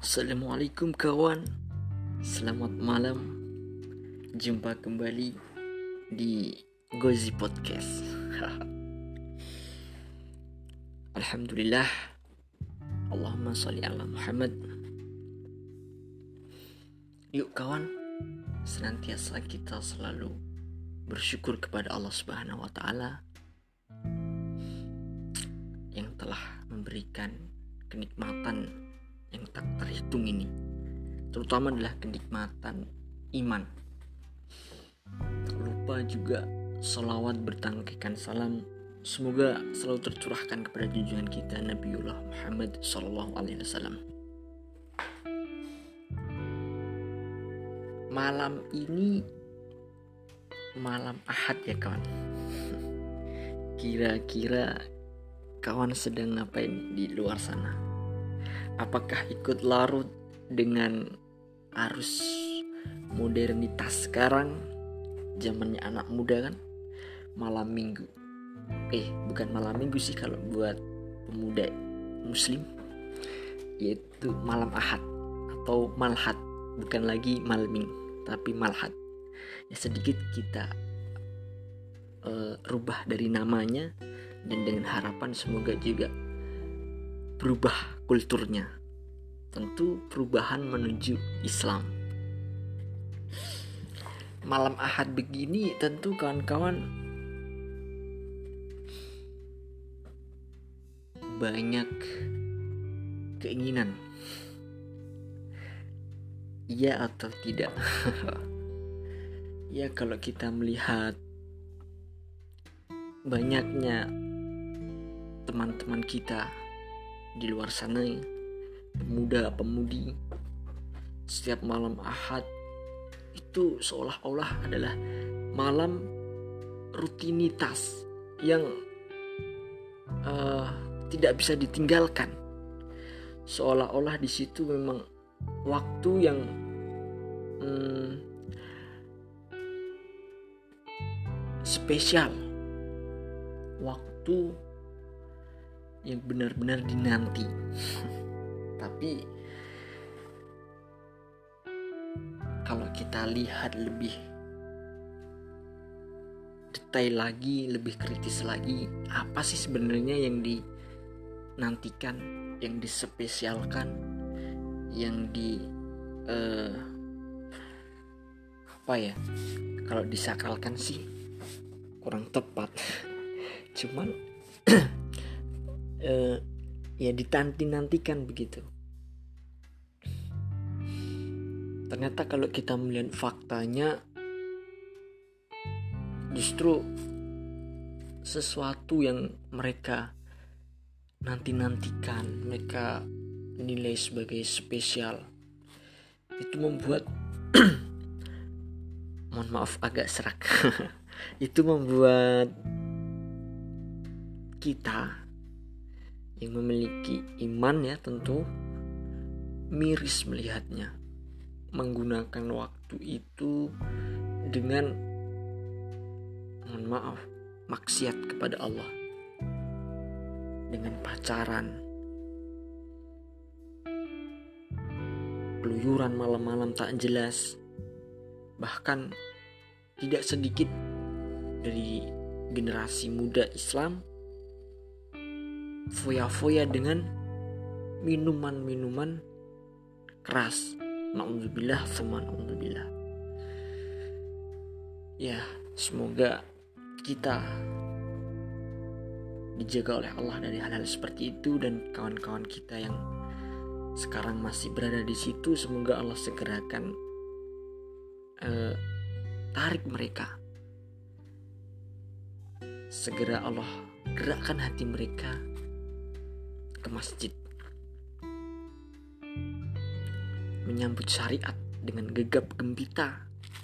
Assalamualaikum kawan, selamat malam. Jumpa kembali di Gozi Podcast. Alhamdulillah, Allahumma sholli ala Muhammad. Yuk kawan, senantiasa kita selalu bersyukur kepada Allah Subhanahu wa Ta'ala yang telah memberikan kenikmatan yang tak terhitung ini, terutama adalah kenikmatan iman. Tak lupa juga salawat bertangkikan salam semoga selalu tercurahkan kepada junjungan kita Nabiullah Muhammad SAW. Malam ini malam Ahad ya kawan. Kira-kira kawan sedang ngapain di luar sana? Apakah ikut larut dengan arus modernitas sekarang? Zamannya anak muda kan, malam minggu. Bukan malam minggu sih kalau buat pemuda muslim, yaitu malam Ahad atau malhad. Bukan lagi malming, tapi malhad. Ya sedikit kita rubah dari namanya, dan dengan harapan semoga juga berubah kulturnya. Tentu perubahan menuju Islam. Malam Ahad begini tentu kawan-kawan banyak keinginan. Iya atau tidak? Ya kalau kita melihat banyaknya teman-teman kita di luar sana, pemuda-pemudi, setiap malam Ahad itu seolah-olah adalah malam rutinitas yang tidak bisa ditinggalkan. Seolah-olah di situ memang waktu yang spesial, waktu yang benar-benar dinanti. Tapi kalau kita lihat lebih detail lagi, lebih kritis lagi, apa sih sebenarnya yang dinantikan, yang dispesialkan, yang kalau disakralkan sih kurang tepat. Cuman ya ditanti-nantikan begitu. Ternyata kalau kita melihat faktanya, justru sesuatu yang mereka nanti-nantikan, mereka nilai sebagai spesial, itu membuat mohon maaf agak serak. Itu membuat kita yang memiliki iman ya tentu miris melihatnya, menggunakan waktu itu dengan mohon maaf maksiat kepada Allah, dengan pacaran, keluyuran malam-malam tak jelas. Bahkan tidak sedikit dari generasi muda Islam foya-foya dengan minuman-minuman keras. Na'udzubillah tsumma na'udzubillah. Ya, semoga kita dijaga oleh Allah dari hal-hal seperti itu, dan kawan-kawan kita yang sekarang masih berada di situ, semoga Allah segerakan tarik mereka. Segera Allah gerakkan hati mereka ke masjid, menyambut syariat dengan gegap gempita.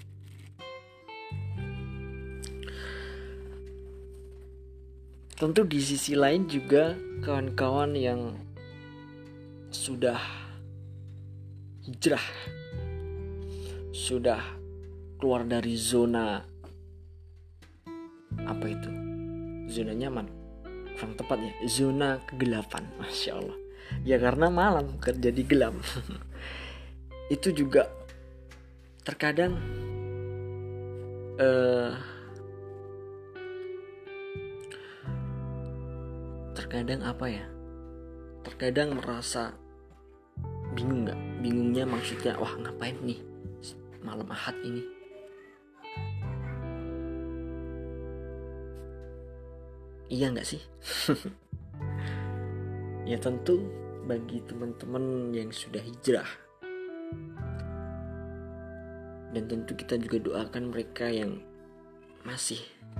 Tentu di sisi lain juga kawan-kawan yang sudah hijrah, sudah keluar dari zona zona nyaman, kurang tepatnya zona kegelapan, Masya Allah. Ya karena malam kan jadi gelap. Itu juga terkadang apa ya? Terkadang merasa bingung nggak? Bingungnya maksudnya, wah ngapain nih malam Ahad ini? Iya nggak sih? Ya tentu bagi teman-teman yang sudah hijrah, dan tentu kita juga doakan mereka yang masih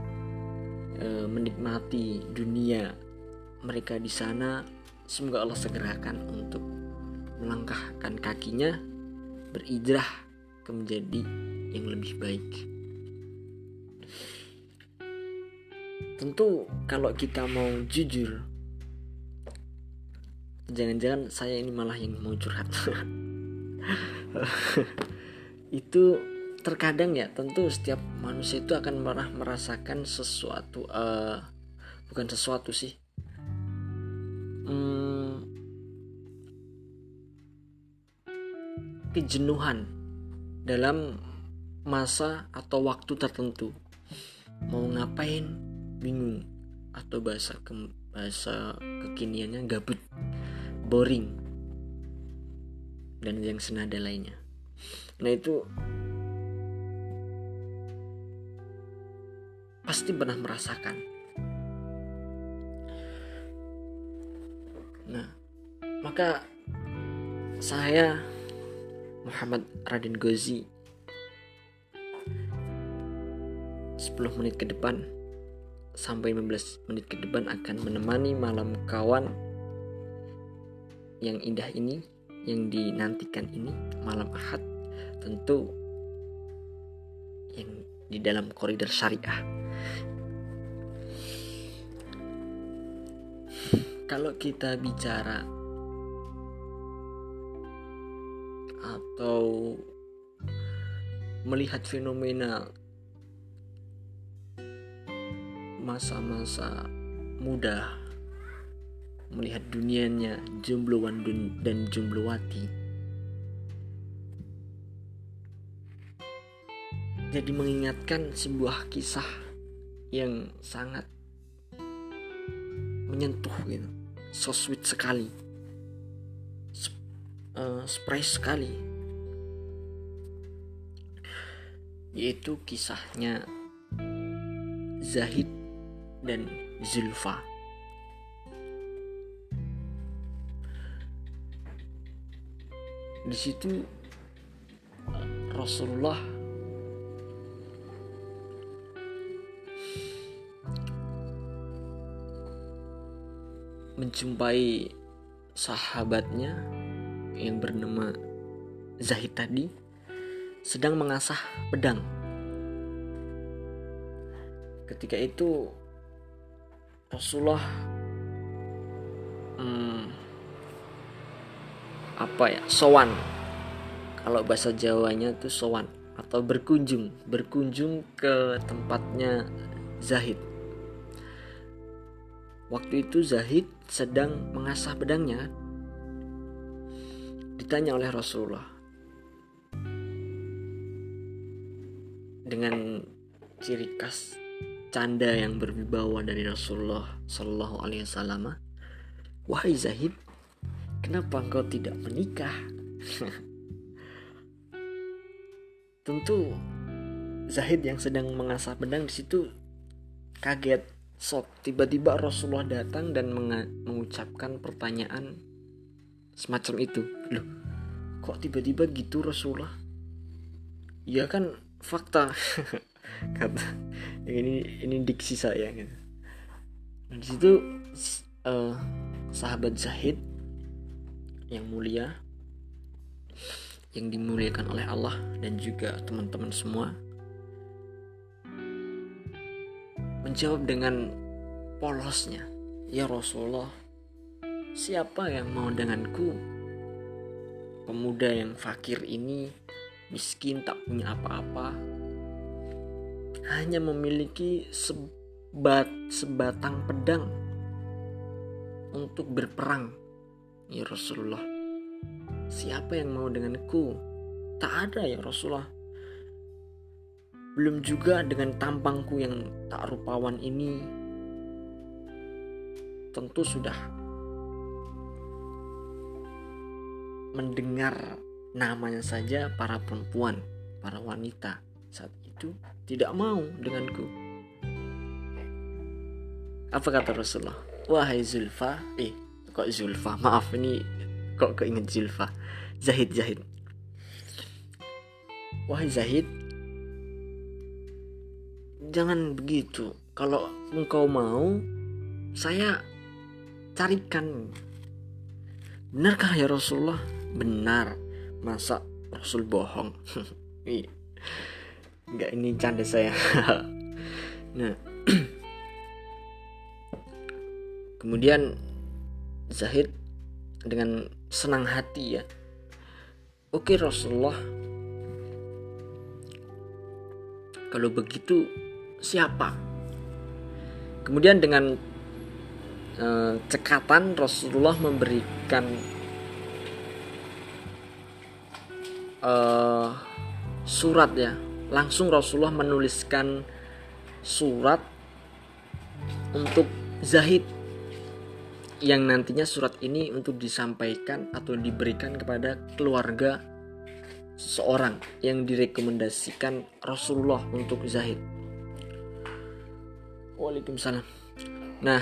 menikmati dunia mereka di sana, semoga Allah segerakan untuk melangkahkan kakinya berhijrah ke menjadi yang lebih baik. Tentu kalau kita mau jujur, jangan-jangan saya ini malah yang mau curhat. Itu terkadang ya, tentu setiap manusia itu akan pernah merasakan sesuatu, bukan sesuatu sih, kejenuhan dalam masa atau waktu tertentu. Mau ngapain bingung, atau bahasa kekiniannya gabut, boring, dan yang senada lainnya. Nah itu pasti pernah merasakan. Nah, maka saya Muhammad Raden Gozi 10 menit ke depan sampai 15 menit ke depan akan menemani malam kawan yang indah ini, yang dinantikan ini, malam Ahad, tentu yang di dalam koridor syariah. Kalau kita bicara atau melihat fenomena masa-masa muda, melihat dunianya jombloan dan jomblowati, jadi mengingatkan sebuah kisah yang sangat menyentuh gitu, so sweet sekali, surprise sekali, yaitu kisahnya Zahid dan Zulfa. Di situ Rasulullah menjumpai sahabatnya yang bernama Zahid tadi sedang mengasah pedang. Ketika itu Rasulullah sowan, kalau bahasa Jawanya itu sowan atau berkunjung ke tempatnya Zahid. Waktu itu Zahid sedang mengasah pedangnya. Ditanya oleh Rasulullah dengan ciri khas canda yang berwibawa dari Rasulullah Shallallahu Alaihi Wasallam, "Wahai Zahid, kenapa engkau tidak menikah?" Tentu Zahid yang sedang mengasah pedang di situ kaget, shock. Tiba-tiba Rasulullah datang dan mengucapkan pertanyaan semacam itu. Loh, kok tiba-tiba gitu Rasulullah? Ya kan fakta. Kata ini diksi saya gitu. Nah, di situ sahabat Zahid yang mulia, yang dimuliakan oleh Allah dan juga teman-teman semua, menjawab dengan polosnya, "Ya Rasulullah, siapa yang mau denganku? Pemuda yang fakir ini, miskin, tak punya apa-apa, hanya memiliki sebatang pedang untuk berperang. Ya Rasulullah, siapa yang mau denganku? Tak ada ya Rasulullah. Belum juga dengan tampangku yang tak rupawan ini, tentu sudah mendengar namanya saja para perempuan, para wanita saat itu tidak mau denganku. Apa kata Rasulullah? Wahai Zulfa, kok Zulfa? Maaf, ini kok keinget Zulfa. Zahid. Wahai Zahid, jangan begitu. Kalau engkau mau, saya carikan. Benarkah ya Rasulullah? Benar. Masa Rasul bohong? Enggak, ini canda saya. Nah, kemudian Zahid dengan senang hati ya, oke Rasulullah, kalau begitu siapa? Kemudian dengan cekatan Rasulullah memberikan surat ya. Langsung Rasulullah menuliskan surat untuk Zahid, yang nantinya surat ini untuk disampaikan atau diberikan kepada keluarga seseorang yang direkomendasikan Rasulullah untuk Zahid. Waalaikumsalam. Nah,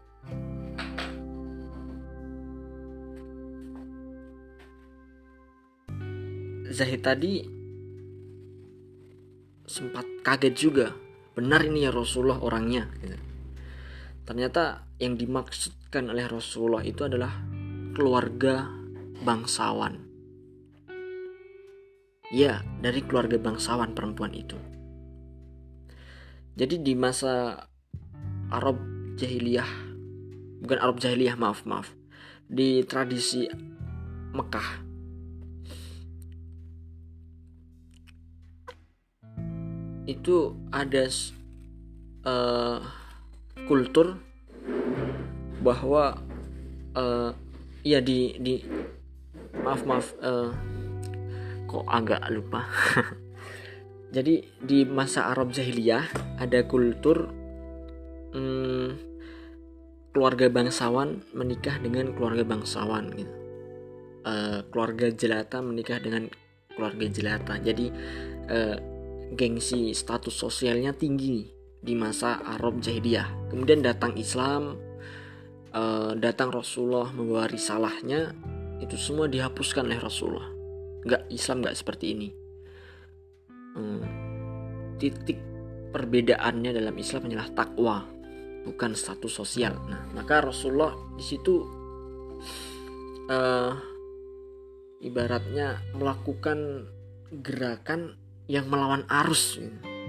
Zahid tadi sempat kaget juga. Benar ini ya Rasulullah orangnya gitu. Ternyata yang dimaksudkan oleh Rasulullah itu adalah keluarga bangsawan. Ya, dari keluarga bangsawan perempuan itu. Jadi di masa Arab Jahiliyah, bukan Arab Jahiliyah, maaf. Di tradisi Mekah, itu ada kultur bahwa kok agak lupa. Jadi di masa Arab Jahiliyah ada kultur keluarga bangsawan menikah dengan keluarga bangsawan gitu. Keluarga jelata menikah dengan keluarga jelata. Jadi gengsi status sosialnya tinggi di masa Arab Jahiliyah. Kemudian datang Islam, datang Rasulullah membawa risalahnya, itu semua dihapuskan oleh Rasulullah. Islam nggak seperti ini. Titik perbedaannya dalam Islam adalah takwa, bukan status sosial. Nah, maka Rasulullah di situ ibaratnya melakukan gerakan yang melawan arus.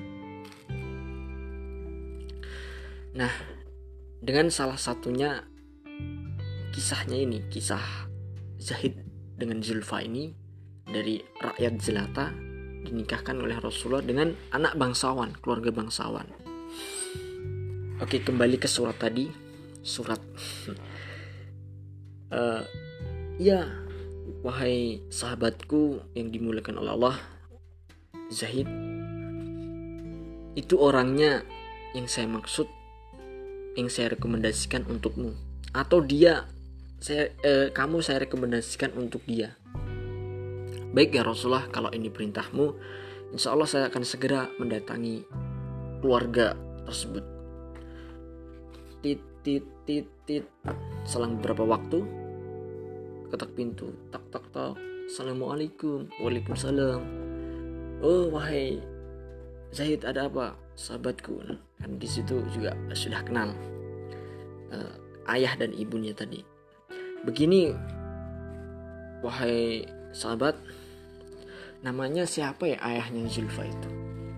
Nah, dengan salah satunya kisahnya ini, kisah Zahid dengan Zulfa ini, dari rakyat jelata dinikahkan oleh Rasulullah dengan anak bangsawan, keluarga bangsawan. Oke, kembali ke surat tadi. Surat ya, wahai sahabatku yang dimuliakan oleh Allah, Zahid itu orangnya yang saya maksud, yang saya rekomendasikan untukmu, atau kamu saya rekomendasikan untuk dia. Baik ya Rasulullah, kalau ini perintahmu, insya Allah saya akan segera mendatangi keluarga tersebut. Selang beberapa waktu, ketok pintu, tak. Assalamualaikum. Waalaikumsalam. Oh, wahai Zahid, ada apa? Sahabatku. Kan di situ juga sudah kenal ayah dan ibunya tadi. Begini, wahai sahabat, namanya siapa ya ayahnya Zulfa itu?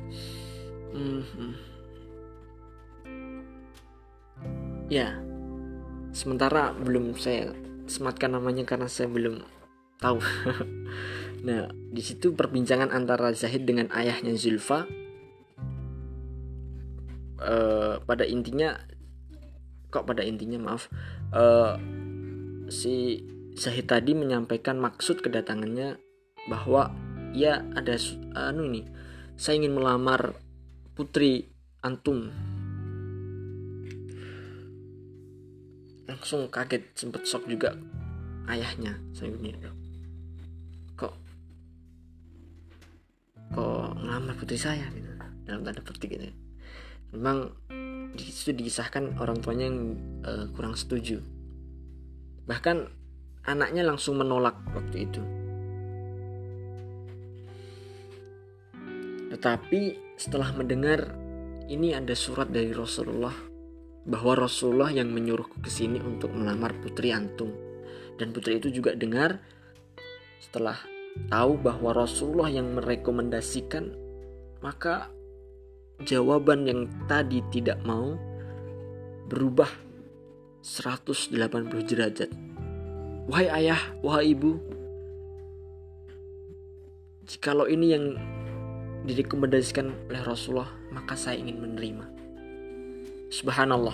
Ya, sementara belum saya sematkan namanya karena saya belum tahu. Nah, di situ perbincangan antara Zahid dengan ayahnya Zulfa. Pada intinya, si Zahid tadi menyampaikan maksud kedatangannya bahwa ya ada saya ingin melamar putri antum. Langsung kaget, sempet shock juga ayahnya. Saya begini, kok ngelamar putri saya gitu, dalam tanda petik gitu. Memang di situ dikisahkan orang tuanya yang kurang setuju. Bahkan anaknya langsung menolak waktu itu. Tetapi setelah mendengar ini ada surat dari Rasulullah bahwa Rasulullah yang menyuruhku ke sini untuk melamar putri antum, dan putri itu juga dengar setelah tahu bahwa Rasulullah yang merekomendasikan, maka jawaban yang tadi tidak mau berubah 180 derajat. Wahai ayah, wahai ibu, jikalau ini yang direkomendasikan oleh Rasulullah, maka saya ingin menerima. Subhanallah.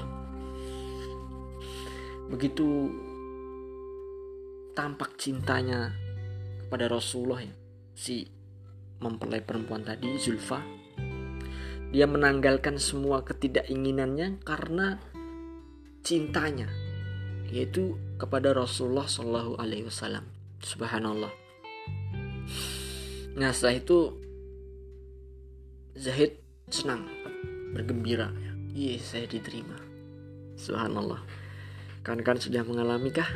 Begitu tampak cintanya kepada Rasulullah ya, si mempelai perempuan tadi, Zulfa. Dia menanggalkan semua ketidakinginannya karena cintanya, yaitu kepada Rasulullah Shallallahu Alaihi Wasallam. Subhanallah. Nah, setelah itu Zahid senang, bergembira. Iya, saya diterima. Subhanallah. Kawan-kawan sudah mengalami kah?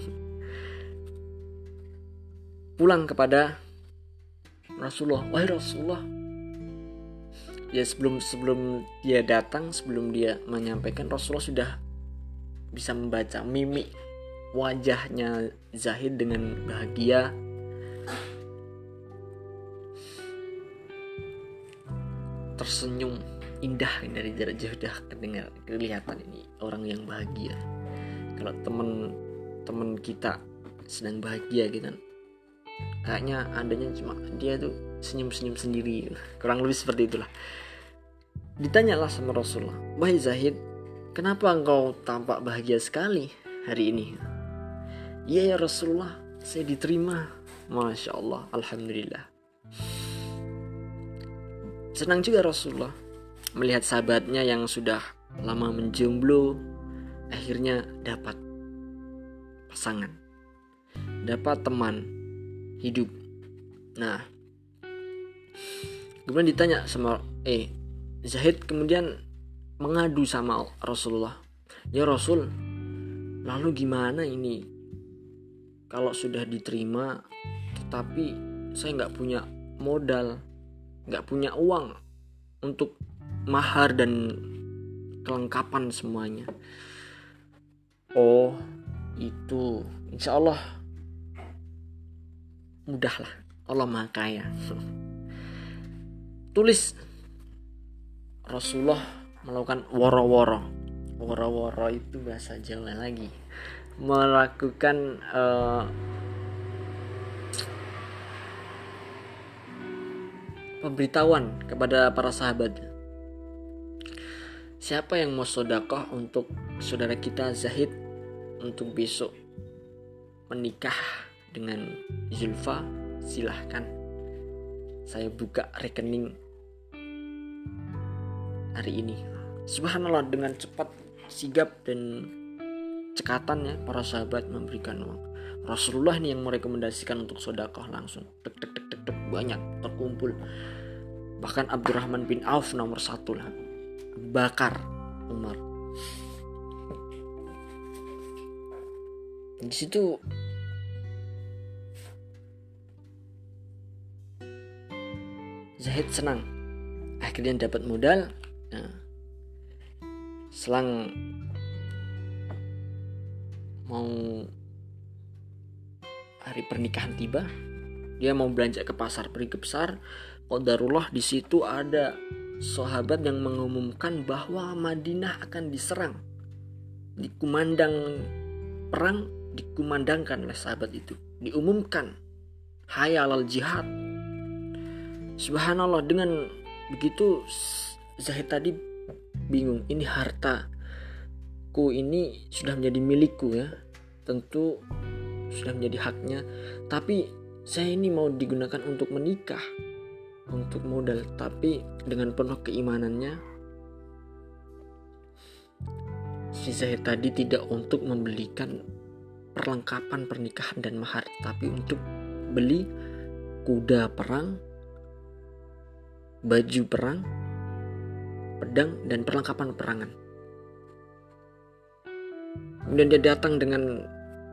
Pulang kepada Rasulullah. Wahai Rasulullah. Ya sebelum dia datang, sebelum dia menyampaikan, Rasulullah sudah bisa membaca mimik wajahnya Zahid dengan bahagia. Tersenyum indah dari jarak jauh, dah kedengar, kelihatan ini orang yang bahagia. Kalau teman kita sedang bahagia gitu, kayaknya adanya cuma dia tuh senyum-senyum sendiri, kurang lebih seperti itulah. Ditanyalah sama Rasulullah, wahai Zahid, kenapa engkau tampak bahagia sekali hari ini? Iya ya Rasulullah, saya diterima. Masya Allah, alhamdulillah. Senang juga Rasulullah melihat sahabatnya yang sudah lama menjomblo akhirnya dapat pasangan, dapat teman hidup. Nah, kemudian ditanya sama Zahid kemudian mengadu sama Rasulullah, ya Rasul, lalu gimana ini kalau sudah diterima tetapi saya nggak punya modal, nggak punya uang untuk mahar dan kelengkapan semuanya. Oh itu, insya Allah mudahlah, Allah Maha Kaya. Tulis Rasulullah melakukan woro-woro. Woro-woro itu bahasa Jawa lagi, melakukan pemberitahuan kepada para sahabat. Siapa yang mau sedekah untuk saudara kita Zahid untuk besok menikah dengan Zulfa, silahkan saya buka rekening hari ini. Subhanallah, dengan cepat, sigap dan cekatannya para sahabat memberikan uang. Rasulullah ini yang merekomendasikan untuk sedekah langsung. Tek banyak terkumpul. Bahkan Abdurrahman bin Auf nomor 1 lah. Bakar Umar. Di situ Zahid senang, akhirnya dapat modal. Nah, selang mau hari pernikahan tiba, dia mau belanja ke pasar, pergi ke pasar. Qadarullah di situ ada sahabat yang mengumumkan bahwa Madinah akan diserang. Dikumandangkan oleh sahabat itu. Diumumkan, hayya alal jihad. Subhanallah, dengan begitu Zahid tadi bingung, ini hartaku ini sudah menjadi milikku ya. Tentu sudah menjadi haknya, tapi saya ini mau digunakan untuk menikah, untuk modal. Tapi dengan penuh keimanannya, si Zahid tadi tidak untuk membelikan perlengkapan pernikahan dan mahar, tapi untuk beli kuda perang, baju perang, pedang, dan perlengkapan peperangan. Kemudian dia datang dengan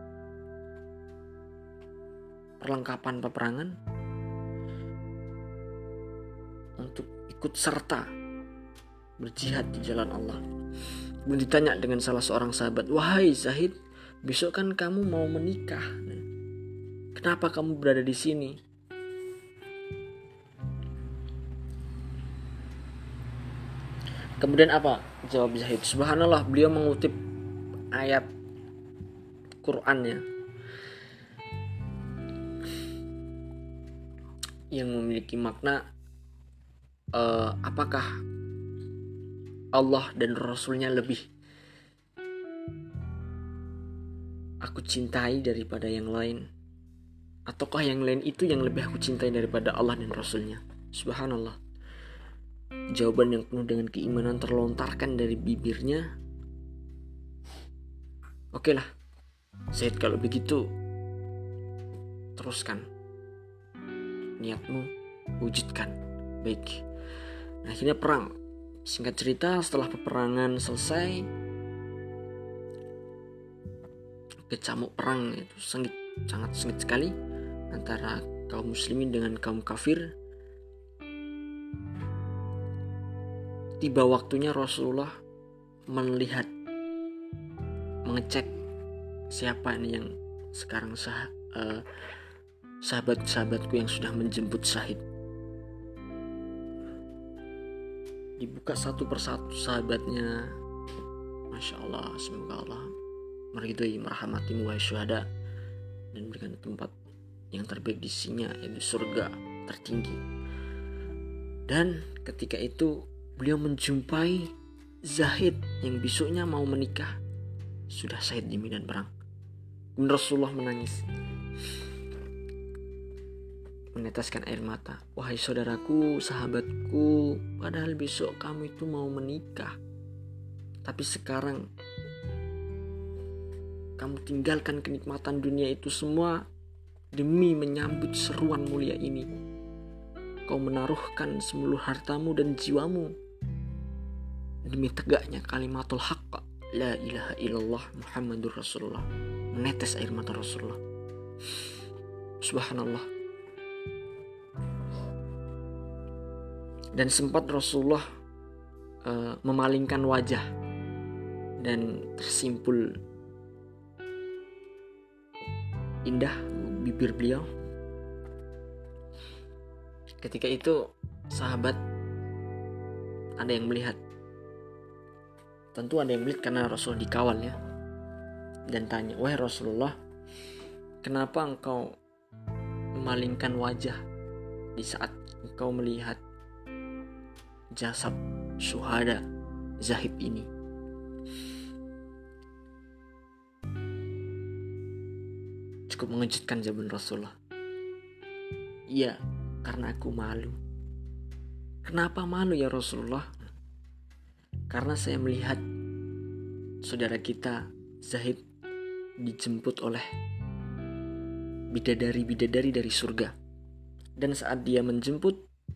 perlengkapan peperangan untuk ikut serta berjihad di jalan Allah. Kemudian ditanya dengan salah seorang sahabat, "Wahai Zahid, besok kan kamu mau menikah. Kenapa kamu berada di sini?" Kemudian apa jawab Zahid? Subhanallah, beliau mengutip ayat Qurannya yang memiliki makna apakah Allah dan Rasulnya lebih aku cintai daripada yang lain, ataukah yang lain itu yang lebih aku cintai daripada Allah dan Rasulnya? Subhanallah, jawaban yang penuh dengan keimanan terlontarkan dari bibirnya. Oke lah Zaid, kalau begitu teruskan niatmu, wujudkan. Baik. Nah, akhirnya perang. Singkat cerita, setelah peperangan selesai, kecamuk perang itu sangat sengit sekali antara kaum muslimin dengan kaum kafir. Tiba waktunya Rasulullah melihat, mengecek siapa ini yang sekarang sahabat-sahabatku yang sudah menjemput Zahid. Dibuka satu persatu sahabatnya. Masya Allah, semoga Allah meridhoi, merahmatimu wahai syuhada, dan berikan tempat yang terbaik di sisinya, yaitu surga tertinggi. Dan ketika itu beliau menjumpai Zahid yang besoknya mau menikah, sudah syahid di medan perang. Kemudian Rasulullah menangis, meneteskan air mata. Wahai saudaraku, sahabatku, padahal besok kamu itu mau menikah, tapi sekarang kamu tinggalkan kenikmatan dunia itu semua demi menyambut seruan mulia ini. Kau menaruhkan seluruh hartamu dan jiwamu demi tegaknya kalimatul haqq, la ilaha illallah Muhammadur Rasulullah. Menetes air mata Rasulullah. Subhanallah. Dan sempat Rasulullah memalingkan wajah dan tersimpul indah bibir beliau. Ketika itu sahabat ada yang melihat. Tentu ada yang melihat karena Rasul dikawal ya. Dan tanya, "Wahai Rasulullah, kenapa engkau memalingkan wajah di saat engkau melihat jasad syuhada Zahid ini?" Cukup mengejutkan jawaban Rasulullah. "Iya, karena aku malu." "Kenapa malu ya Rasulullah?" "Karena saya melihat saudara kita Zahid dijemput oleh bidadari-bidadari dari surga. Dan saat dia menjemput,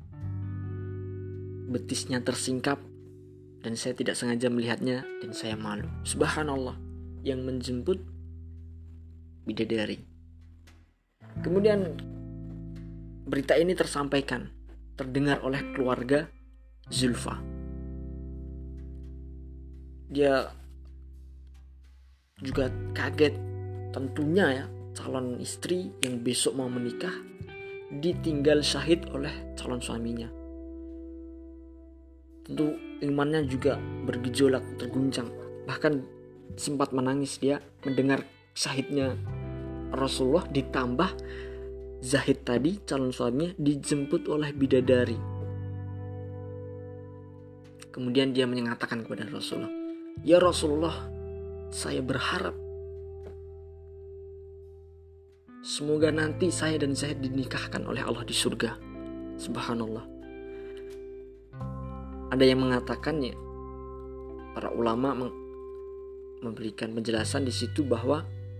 betisnya tersingkap dan saya tidak sengaja melihatnya dan saya malu." Subhanallah, yang menjemput bidadari. Kemudian berita ini terdengar oleh keluarga Zulfa. Dia juga kaget, tentunya ya, calon istri yang besok mau menikah ditinggal syahid oleh calon suaminya. Tentu imannya juga bergejolak, terguncang, bahkan sempat menangis dia mendengar syahidnya Rasulullah, ditambah Zahid tadi calon suaminya dijemput oleh bidadari. Kemudian dia mengatakan kepada Rasulullah, "Ya Rasulullah, saya berharap Semoga nanti saya dan Zahid dinikahkan oleh Allah di surga. Subhanallah. Ada yang mengatakannya, para ulama memberikan penjelasan di situ bahwa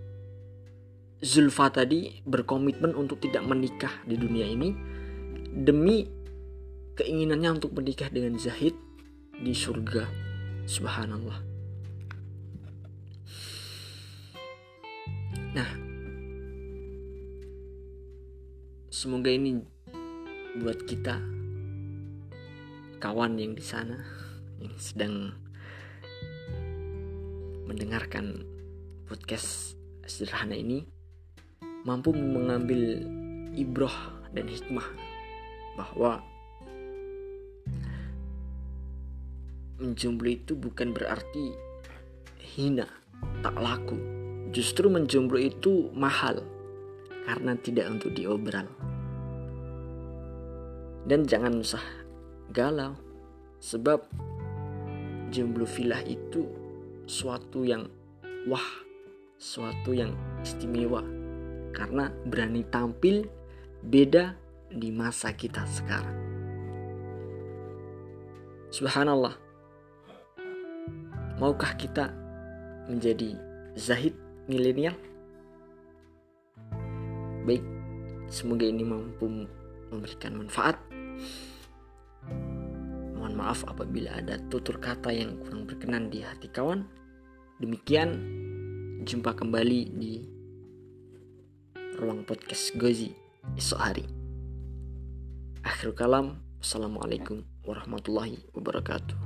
Zulfa tadi berkomitmen untuk tidak menikah di dunia ini demi keinginannya untuk menikah dengan Zahid di surga. Subhanallah. Nah, semoga ini buat kita kawan yang di sana yang sedang mendengarkan podcast sederhana ini mampu mengambil ibroh dan hikmah bahwa menjomblo itu bukan berarti hina, tak laku. Justru menjomblo itu mahal karena tidak untuk diobral. Dan jangan usah galau, sebab jomblo filah itu suatu yang suatu yang istimewa karena berani tampil beda di masa kita sekarang. Subhanallah. Maukah kita menjadi Zahid milenial? Baik, semoga ini mampu memberikan manfaat. Mohon maaf apabila ada tutur kata yang kurang berkenan di hati kawan. Demikian, jumpa kembali di ruang podcast Gozi esok hari. Akhirul kalam, assalamualaikum warahmatullahi wabarakatuh.